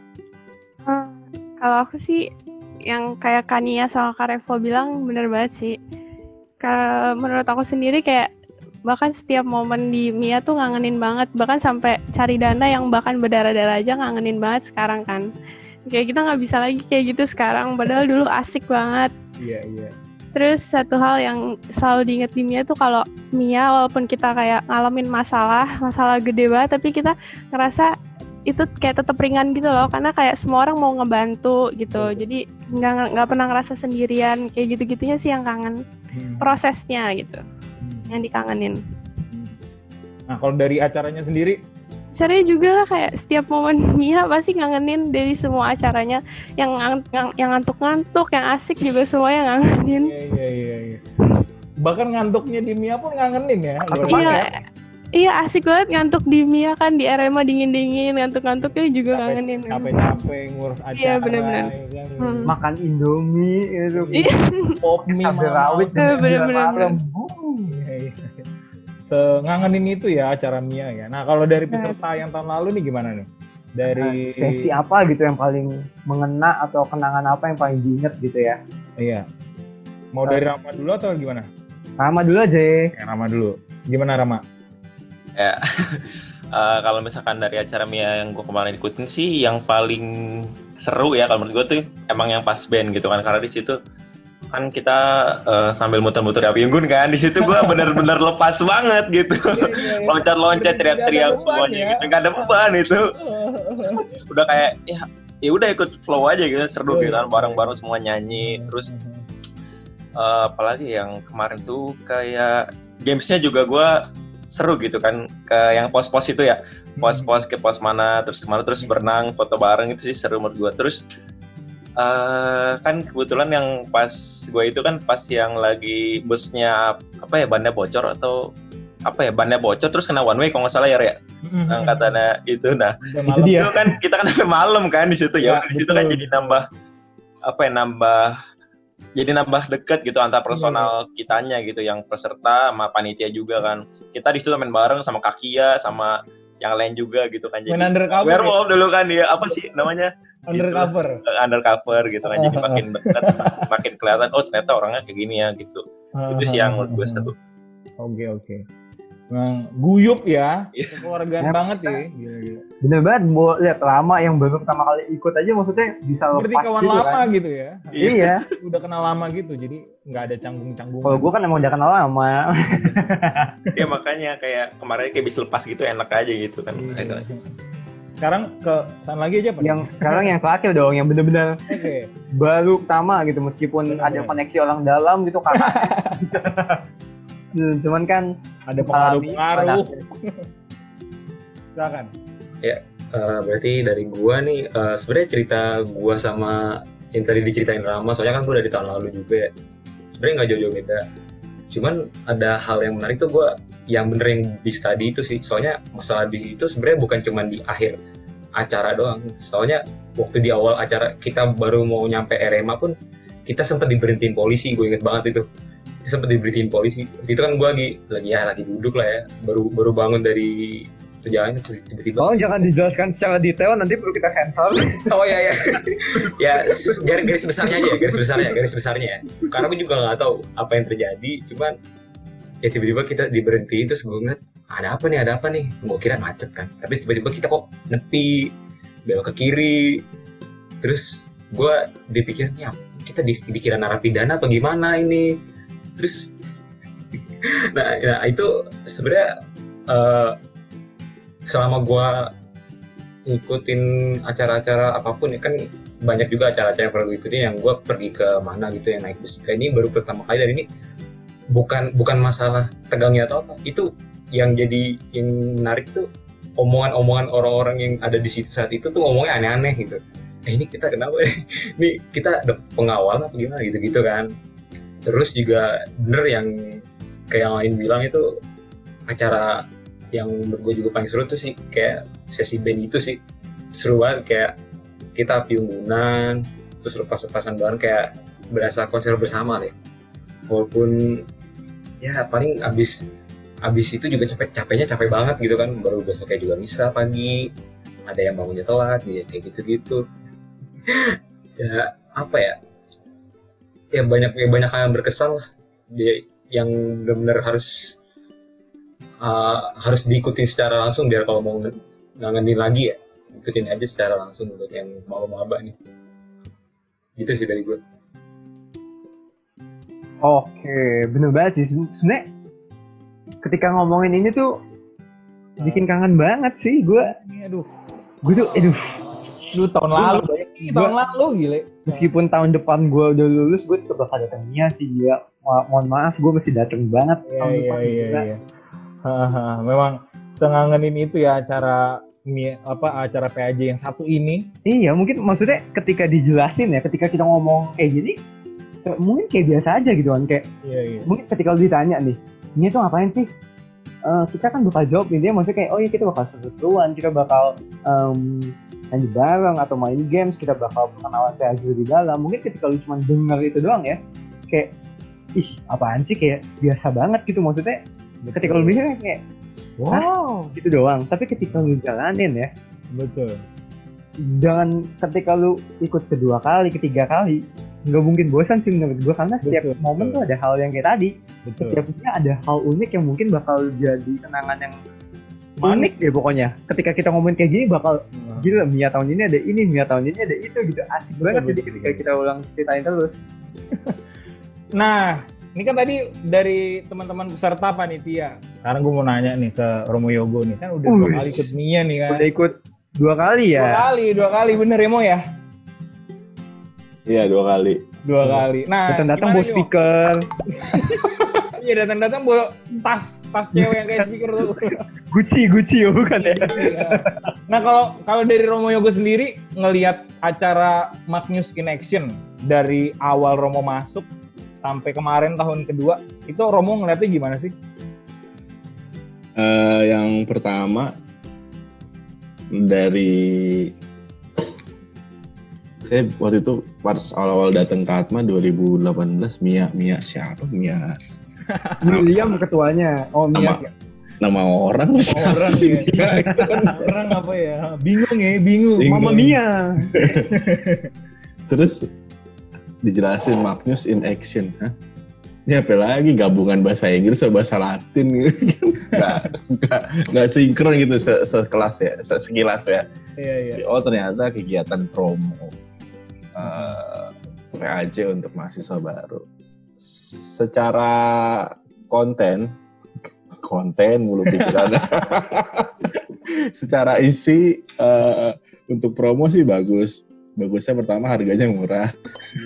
Kalau aku sih yang kayak Kania sama Kak Revo bilang bener banget sih. Menurut aku sendiri kayak bahkan setiap momen di Mia tuh ngangenin banget. Bahkan sampai cari dana yang bahkan berdarah-darah aja ngangenin banget sekarang kan. Kayak kita nggak bisa lagi kayak gitu sekarang. Padahal dulu asik banget. Iya. Terus satu hal yang selalu diingat di Mia tuh kalau Mia walaupun kita kayak ngalamin masalah gede banget, tapi kita ngerasa itu kayak tetap ringan gitu loh, karena kayak semua orang mau ngebantu gitu. Jadi nggak pernah ngerasa sendirian, kayak gitu-gitunya sih yang kangen. Prosesnya gitu, yang dikangenin. Nah kalau dari acaranya sendiri? Acaranya juga kayak setiap momen Mia pasti ngangenin dari semua acaranya. Yang ngantuk-ngantuk, yang asik juga semuanya ngangenin. Iya. Bahkan ngantuknya di Mia pun ngangenin ya. Iya asik banget ngantuk di Mia kan, di RMA dingin-dingin, ngantuk-ngantuknya juga ngangenin. Capek-capek ngurus acara. Iya benar-benar. Makan Indomie itu. Pop mie rawit benar-benar. Ngangenin itu ya acara Mia ya. Nah kalau dari peserta yang tahun lalu nih gimana nih? Dari sesi apa gitu yang paling mengena atau kenangan apa yang paling diingat gitu ya? Iya. Mau dari Rama dulu atau gimana? Rama dulu aja. Rama dulu. Gimana Rama? Ya, kalau misalkan dari acara Mia yang gue kemarin ikutin sih, yang paling seru ya kalau menurut gue tuh emang yang pas band gitu kan, karena di situ kan kita sambil muter-muter api unggun kan, di situ gue bener-bener lepas banget gitu, loncat-loncat, teriak-teriak semuanya gitu, nggak ada beban itu, udah kayak ya udah ikut flow aja gitu, seru gitu kan, bareng-bareng semua nyanyi, terus apalagi yang kemarin tuh kayak gamesnya juga gue seru gitu kan, ke yang pos-pos itu ya, pos-pos ke pos mana terus kemana, terus berenang foto bareng, itu sih seru menurut gue. Terus kan kebetulan yang pas gue itu kan pas yang lagi busnya bannya bocor atau bannya bocor terus kena one way kalau nggak salah ya. angkatannya itu. Nah, itu kan kita kan sampai malam kan di situ ya. Di situ kan jadi nambah dekat gitu antar personal kitanya gitu, yang peserta sama panitia juga kan. Kita di situ main bareng sama Kakia sama yang lain juga gitu kan. Jadi undercover werewolf dulu kan dia, apa sih namanya? Undercover gitu kan. Jadi makin dekat, makin kelihatan oh ternyata orangnya kayak gini ya gitu. Itu sih yang menurut gue seru. Oke. Nah, guyup ya, kekeluargaan banget ya. Gila. Bener banget, lihat lama yang baru pertama kali ikut aja maksudnya bisa lepas seperti kawan gitu, lama kan? gitu ya. Iya. Udah kenal lama gitu, jadi nggak ada canggung-canggung. Kalau gue kan emang udah kenal lama. Ya makanya kayak kemarin kayak bisa lepas gitu, enak aja gitu kan. Sekarang ke sana lagi aja Pak. Sekarang yang terakhir dong, yang bener-bener baru pertama gitu, meskipun ada koneksi orang dalam gitu kan. Cuman kan ada pengaruh. Silakan. Ya, berarti dari gua nih, sebenarnya cerita gua sama yang tadi diceritain Rama, soalnya kan gua dari tahun lalu juga ya. Sebenarnya nggak jauh-jauh beda. Cuman ada hal yang menarik tuh gua yang bener yang di study itu sih. Soalnya masalah di situ sebenarnya bukan cuma di akhir acara doang. Soalnya waktu di awal acara kita baru mau nyampe RMA pun kita sempat diberhentiin polisi, gue inget banget itu. Sempat diberhentiin polisi. Itu kan gue lagi duduk lah ya, baru bangun dari perjalanan tiba-tiba. Oh, jangan dijelaskan secara detail, nanti perlu kita sensor. Oh ya. Ya garis besarnya aja, garis besarnya. Karena gue juga nggak tahu apa yang terjadi, cuman ya tiba-tiba kita diberhentiin, terus gue ngeliat ada apa nih? Gue kira macet kan, tapi tiba-tiba kita kok nepi, belok ke kiri, terus gue dipikirnya kita dikira narapidana apa gimana ini, terus nah itu sebenarnya selama gue ngikutin acara-acara apapun ya kan, banyak juga acara-acara yang pernah gue ikutin yang gue pergi ke mana gitu yang naik bus. Kayak ini baru pertama kali, dan ini bukan masalah tegangnya atau apa, itu yang jadi yang menarik tuh omongan-omongan orang-orang yang ada di situ saat itu tuh ngomongnya aneh-aneh gitu. Ini kita kenapa ya? Ini kita ada pengawal apa gimana gitu kan. Terus juga bener yang kayak yang lain bilang itu, acara yang menurut gue juga paling seru tuh sih kayak sesi band itu sih. Seru banget, kayak kita api unggunan, terus lepas-lepasan bareng, kayak berasa konser bersama deh. Walaupun ya paling abis itu juga capeknya banget gitu kan, baru besoknya juga misa pagi, ada yang bangunnya telat gitu, kayak gitu ya apa ya banyak hal yang berkesan lah, dia yang benar-benar harus diikutin secara langsung, biar kalau mau ngangenin lagi ya ikutin aja secara langsung buat yang mau maba nih. Gitu sih dari gue. Oke, bener banget sih. Sebenarnya ketika ngomongin ini tuh bikin kangen banget sih gue. Lu tahun lalu gile. Meskipun tahun depan gue udah lulus, gue tetap bakal datang Mia sih dia. Mohon maaf, gue masih datang banget tahun depan. Iya. Memang sengangenin itu ya acara PAJ yang satu ini. Iya, mungkin maksudnya ketika dijelasin ya, ketika kita ngomong kayak gini, mungkin kayak biasa aja gitu kan, kayak mungkin ketika lu ditanya nih, ini tuh ngapain sih? Kita kan bakal jawab nih, dia maksudnya kayak, oh iya kita bakal seru-seruan, kita bakal nyanyi bareng atau main games, kita bakal perkenalan PAJ lebih dalam. Mungkin ketika lu cuma denger itu doang ya, kayak, ih apaan sih, kayak biasa banget gitu maksudnya. Ketika lu bilang kayak, wow, gitu doang. Tapi ketika lu jalanin ya, betul. Dan ketika lu ikut kedua kali, ketiga kali, nggak mungkin bosan sih menurut gue, karena setiap momen tuh ada hal yang kayak tadi. Setiapnya ada hal unik yang mungkin bakal jadi kenangan yang unik ya pokoknya. Ketika kita ngomongin kayak gini bakal gila, Mia tahun ini ada ini, Mia tahun ini ada itu gitu, asik banget. Jadi ketika kita ulang ceritain terus. Nah, ini kan tadi dari teman-teman peserta panitia. Sekarang gue mau nanya nih ke Romo Yogo nih, kan udah 2 kali ikut Mia nih kan. Udah ikut 2 kali ya? 2 kali bener ya Mo ya? Iya 2 kali. 2 kali. Nah, datang bawa speaker. Iya, datang bawa tas cewek yang kayak speaker tuh. Gucci bukan ya? Nah, kalau dari Romo Yogo sendiri ngelihat acara Magnus in Action dari awal Romo masuk sampai kemarin tahun kedua, itu Romo ngeliatnya gimana sih? Yang pertama dari saya waktu itu pas awal-awal datang ke Atma 2018, Mia siapa? Mia William ketuanya. Oh, Mia siapa? Nama orang ya. Orang apa ya? Bingung. Mama Mia. Terus dijelasin Magnus in action. Hah? Ini apa lagi gabungan bahasa Inggris sama bahasa Latin gitu. Nggak sinkron gitu sekelas ya, sekilas ya. Iya. Oh ternyata kegiatan promo PAJ untuk mahasiswa baru. Secara konten mulu pikirannya. Secara isi untuk promo sih bagus. Bagusnya pertama harganya murah.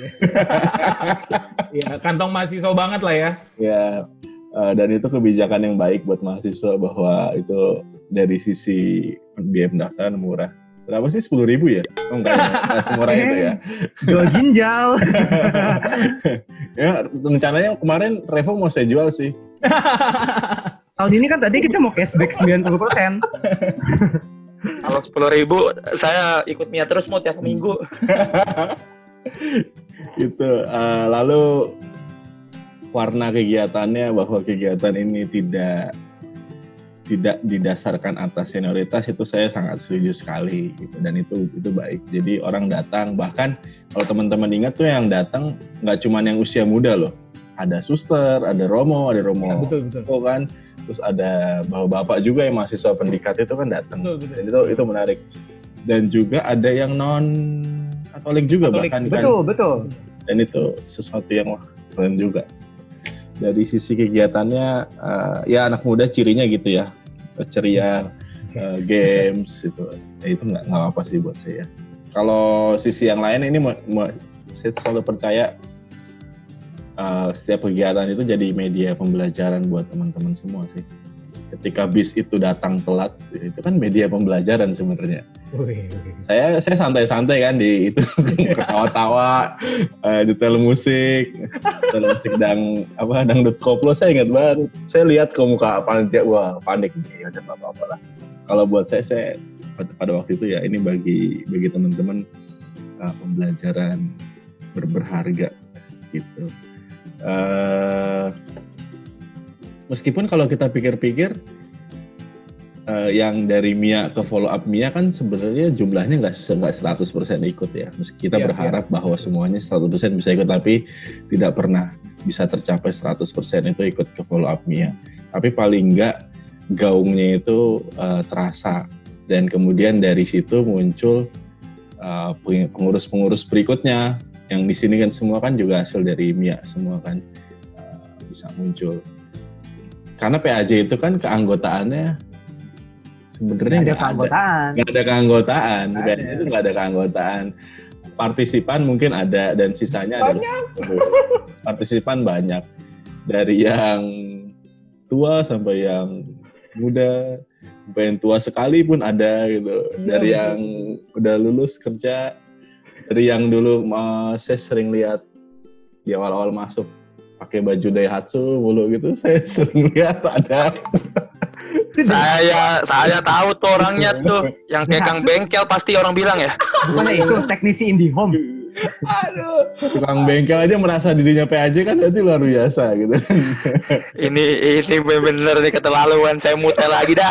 Iya, kantong mahasiswa banget lah ya. Ya, dan itu kebijakan yang baik buat mahasiswa bahwa itu dari sisi biaya pendaftaran murah. Berapa sih, 10.000 ya? Oh enggak semurah itu ya. Jual ginjal. Ya, rencananya kemarin Revo mau saya jual sih. Tahun ini kan tadi kita mau cashback 90%. Kalau 10.000 saya ikut Mia terus mau tiap minggu. Gitu. Lalu warna kegiatannya bahwa kegiatan ini tidak didasarkan atas senioritas, itu saya sangat setuju sekali gitu. Dan itu baik. Jadi orang datang, bahkan kalau teman-teman ingat tuh yang datang nggak cuma yang usia muda loh. Ada suster, ada romo ya, betul. Kan. Terus ada bapak-bapak juga yang mahasiswa pendidikan itu kan datang. Betul. Itu menarik. Dan juga ada yang non Katolik juga bahkan betul. Dan itu sesuatu yang keren juga. Dari sisi kegiatannya ya anak muda cirinya gitu ya. Ceria, games itu. Itu nggak apa sih buat saya. Kalau sisi yang lain ini saya selalu percaya setiap kegiatan itu jadi media pembelajaran buat teman-teman semua sih. Ketika bis itu datang telat, itu kan media pembelajaran sebenarnya. Saya santai-santai kan di itu ketawa-tawa, detail musik dangdut koplo, saya ingat banget. Saya lihat ke muka panitia, wah panik nih, ada apa-apa lah. Kalau buat saya pada waktu itu ya ini bagi teman-teman pembelajaran berharga gitu. Meskipun kalau kita pikir-pikir yang dari Mia ke follow up Mia kan sebenarnya jumlahnya nggak 100% ikut ya. Meski kita berharap bahwa semuanya 100% bisa ikut, tapi tidak pernah bisa tercapai 100% itu ikut ke follow up Mia. Tapi paling nggak gaungnya itu terasa, dan kemudian dari situ muncul pengurus-pengurus berikutnya. Yang di sini kan semua kan juga hasil dari Mia semua kan bisa muncul. Karena PAJ itu kan keanggotaannya sebenarnya nggak ada keanggotaan. PAJ itu nggak ada keanggotaan. Partisipan mungkin ada dan sisanya banyak. Partisipan banyak, dari yang tua sampai yang muda, sampai yang tua sekali pun ada gitu. Dari yang udah lulus kerja. Dari yang dulu saya sering lihat di awal-awal masuk pakai baju Daihatsu mulu gitu, saya sering lihat ada. Saya tahu tuh orangnya tuh, yang pegang bengkel pasti orang bilang ya. Mana itu teknisi IndiHome. Aduh. Tukang bengkel aja merasa dirinya PAJ kan, berarti luar biasa gitu. Ini bener nih keterlaluan, saya mutel lagi dah.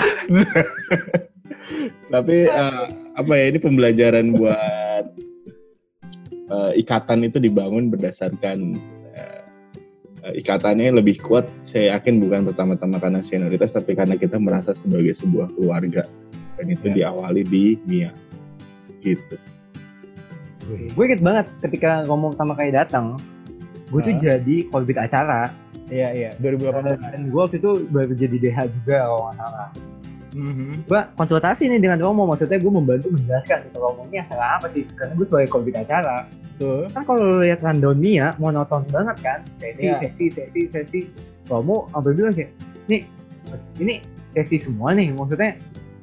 Tapi ini pembelajaran buat ikatan itu dibangun berdasarkan ikatannya lebih kuat, saya yakin bukan pertama-tama karena senioritas, tapi karena kita merasa sebagai sebuah keluarga, dan itu diawali di Mia gitu. Gue inget banget ketika ngomong sama kayak datang, gue tuh jadi korbit acara. Iya 2018. Dan gue waktu itu baru jadi DH juga kalau nggak salah. Gue konsultasi nih dengan Romo, maksudnya gue membantu menjelaskan gitu, Romo ini acara apa sih, karena gue sebagai korbit acara. Kan kalau lo lihat rundown Mia monoton banget kan, sesi. Romo sampai bilang kayak, ini sesi semua nih, maksudnya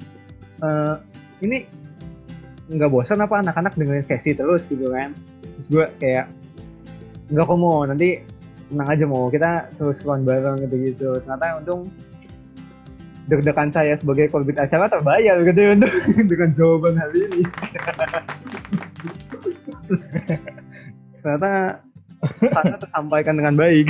ini nggak bosan apa anak-anak dengerin sesi terus gitu kan. Terus gue kayak, nggak kok mau, nanti tenang aja mau, kita seru-seruan bareng gitu-gitu. Ternyata untung deg-degan saya sebagai korbit acara terbayar gitu ya untuk dengan jawaban hal ini. Ternyata sangat tersampaikan dengan baik.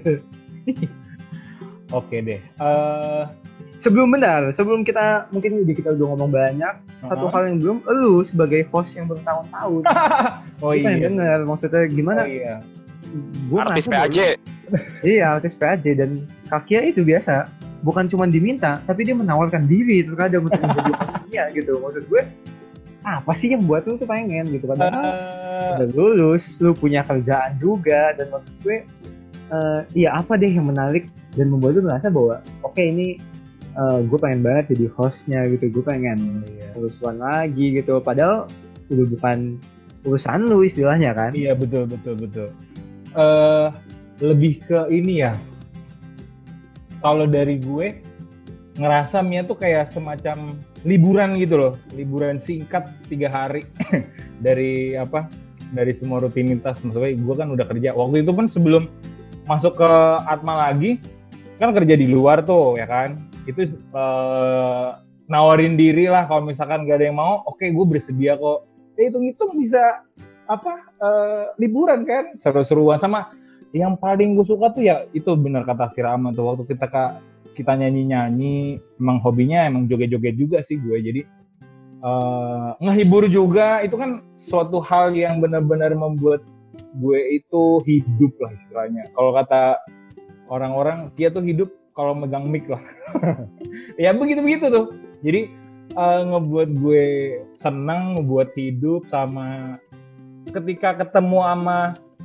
Oke deh. Sebelum kita mungkin kita udah ngomong banyak, satu hal yang belum, lu sebagai host yang bertahun-tahun. Kita yang denger, maksudnya gimana? Gua artis PAJ. Iya, artis PAJ dan Kakia itu biasa. Bukan cuma diminta, tapi dia menawarkan diri terkadang untuk menjadi hostnya gitu. Maksud gue, apa sih yang buat lu tuh pengen gitu kan? Udah lulus, lu punya kerjaan juga, dan maksud gue, ya apa deh yang menarik dan membuat lu merasa bahwa oke, ini gue pengen banget jadi hostnya gitu, gue pengen urusan lagi gitu. Padahal udah bukan urusan lu istilahnya kan? Iya betul. Lebih ke ini ya. Kalau dari gue ngerasa Mia tuh kayak semacam liburan gitu loh, liburan singkat 3 hari dari semua rutinitas. Maksudnya gue kan udah kerja waktu itu pun sebelum masuk ke Atma lagi kan kerja di luar tuh ya kan, itu nawarin diri lah kalau misalkan gak ada yang mau, oke, gue bersedia kok. Hitung-hitung bisa liburan kan, seru-seruan. Sama yang paling gue suka tuh ya itu benar kata si Rama tuh, waktu kita nyanyi-nyanyi, emang hobinya emang joget-joget juga sih gue, jadi ngehibur juga. Itu kan suatu hal yang benar-benar membuat gue itu hidup lah istilahnya. Kalau kata orang-orang, dia tuh hidup kalau megang mic lah. Ya begitu-begitu tuh. Jadi ngebuat gue senang, ngebuat hidup. Sama ketika ketemu sama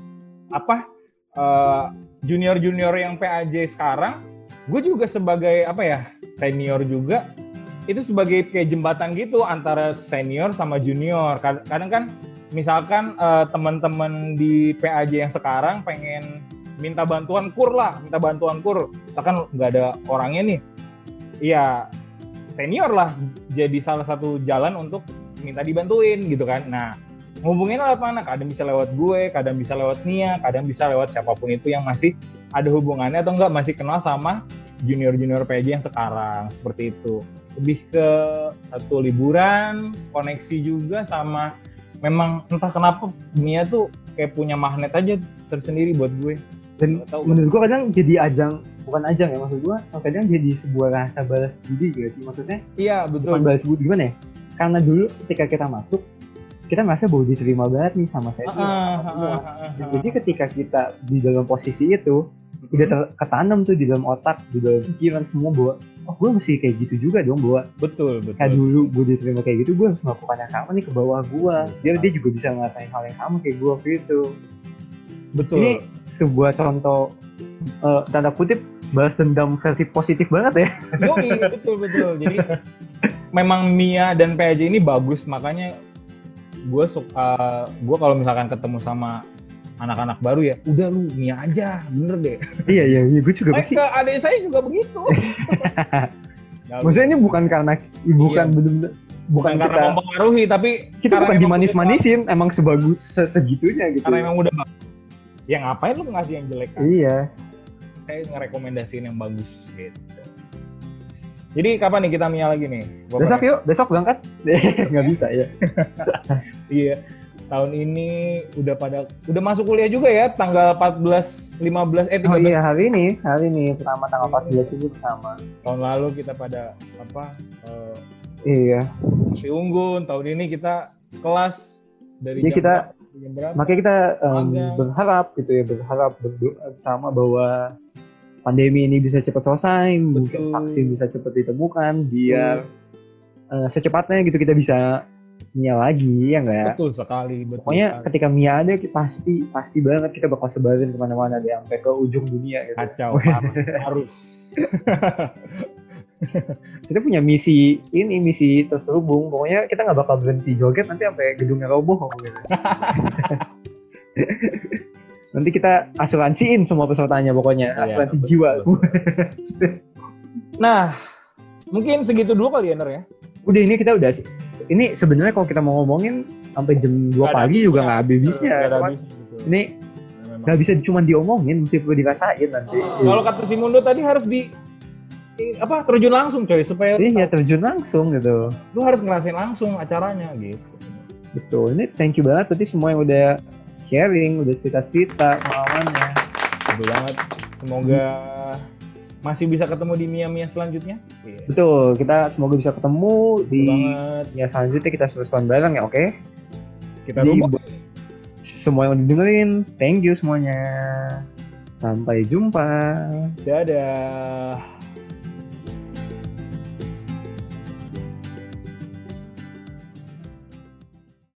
junior-junior yang PAJ sekarang, gue juga sebagai senior juga, itu sebagai kayak jembatan gitu antara senior sama junior. Kadang kan misalkan teman-teman di PAJ yang sekarang pengen minta bantuan kur, misalkan nggak ada orangnya nih, iya senior lah jadi salah satu jalan untuk minta dibantuin gitu kan. Nah, ngubungin lewat mana? Kadang bisa lewat gue, kadang bisa lewat Nia, kadang bisa lewat siapapun itu yang masih ada hubungannya atau enggak masih kenal sama junior-junior PJ yang sekarang, seperti itu. Lebih ke satu liburan, koneksi juga, sama memang entah kenapa Nia tuh kayak punya magnet aja tersendiri buat gue. Dan menurut gue kadang jadi bukan ajang ya, maksud gue kadang jadi sebuah rasa balas budi gitu sih, maksudnya. Iya betul. Bukan balas budi gimana ya? Karena dulu ketika kita masuk, kita merasa bahwa diterima banget nih sama saya semua. Jadi ketika kita di dalam posisi itu, udah ketanam tuh di dalam otak, di dalam pikiran semua bahwa gue mesti kayak gitu juga dong, bahwa betul. Kayak dulu gue diterima kayak gitu, gue harus melakukan yang sama nih ke bawah gue, biar dia juga bisa ngerasain hal yang sama kayak gue gitu. Betul. Ini sebuah contoh tanda kutip balas dendam versi positif banget ya. Betul. Jadi memang Mia dan PAJ ini bagus, makanya gue kalau misalkan ketemu sama anak-anak baru ya, udah lu Mia aja, bener deh. Iya, gue juga pasti. Adik saya juga begitu. Maksudnya ini bukan karena bukan karena mempengaruhi, tapi kita bukan dimanis-manisin, emang segitunya gitu. Karena emang udah ya ngapain lu ngasih yang jelek kan? Iya. Saya ngerekomendasiin yang bagus gitu. Jadi kapan nih kita Mia lagi nih? Besok berangkat? Nggak bisa ya. Iya. Tahun ini udah masuk kuliah juga ya, tanggal 14, 15, 13. Oh iya, hari ini pertama tanggal 14 itu pertama. Tahun lalu kita pada iya. Masih unggun, tahun ini kita kelas dari jadi jam kita berapa? Makanya kita berharap berdoa sama bahwa pandemi ini bisa cepat selesai, mungkin vaksin bisa cepat ditemukan, biar secepatnya gitu kita bisa Mia lagi, ya nggak? Betul sekali. Pokoknya ketika Mia ada, pasti banget kita bakal sebarin kemana-mana deh, sampai ke ujung dunia gitu. Kacau, harus. Kita punya misi terselubung. Pokoknya kita nggak bakal berhenti joget nanti sampai gedungnya roboh gitu. Nanti kita asuransiin semua pesertanya pokoknya, asuransi jiwa. Nah, mungkin segitu dulu kali ya, Ner ya. Udah, ini sebenarnya kalau kita mau ngomongin sampai jam 2 pagi juga nggak habis-habisnya. Ini nggak bisa cuma diomongin, mesti perlu dirasain nanti. Kalau kata si Mundo tadi harus terjun langsung coy, supaya iya terjun langsung gitu. Lu harus ngerasain langsung acaranya gitu. Betul, ini thank you banget berarti semua yang udah sharing, udah cerita-cerita pengalamannya. Betul banget. Semoga masih bisa ketemu di Mia selanjutnya. Betul, kita semoga bisa ketemu di Mia selanjutnya, kita seru-seruan bareng ya, oke? Kita robot. Semua yang udah dengerin, thank you semuanya. Sampai jumpa. Dadah.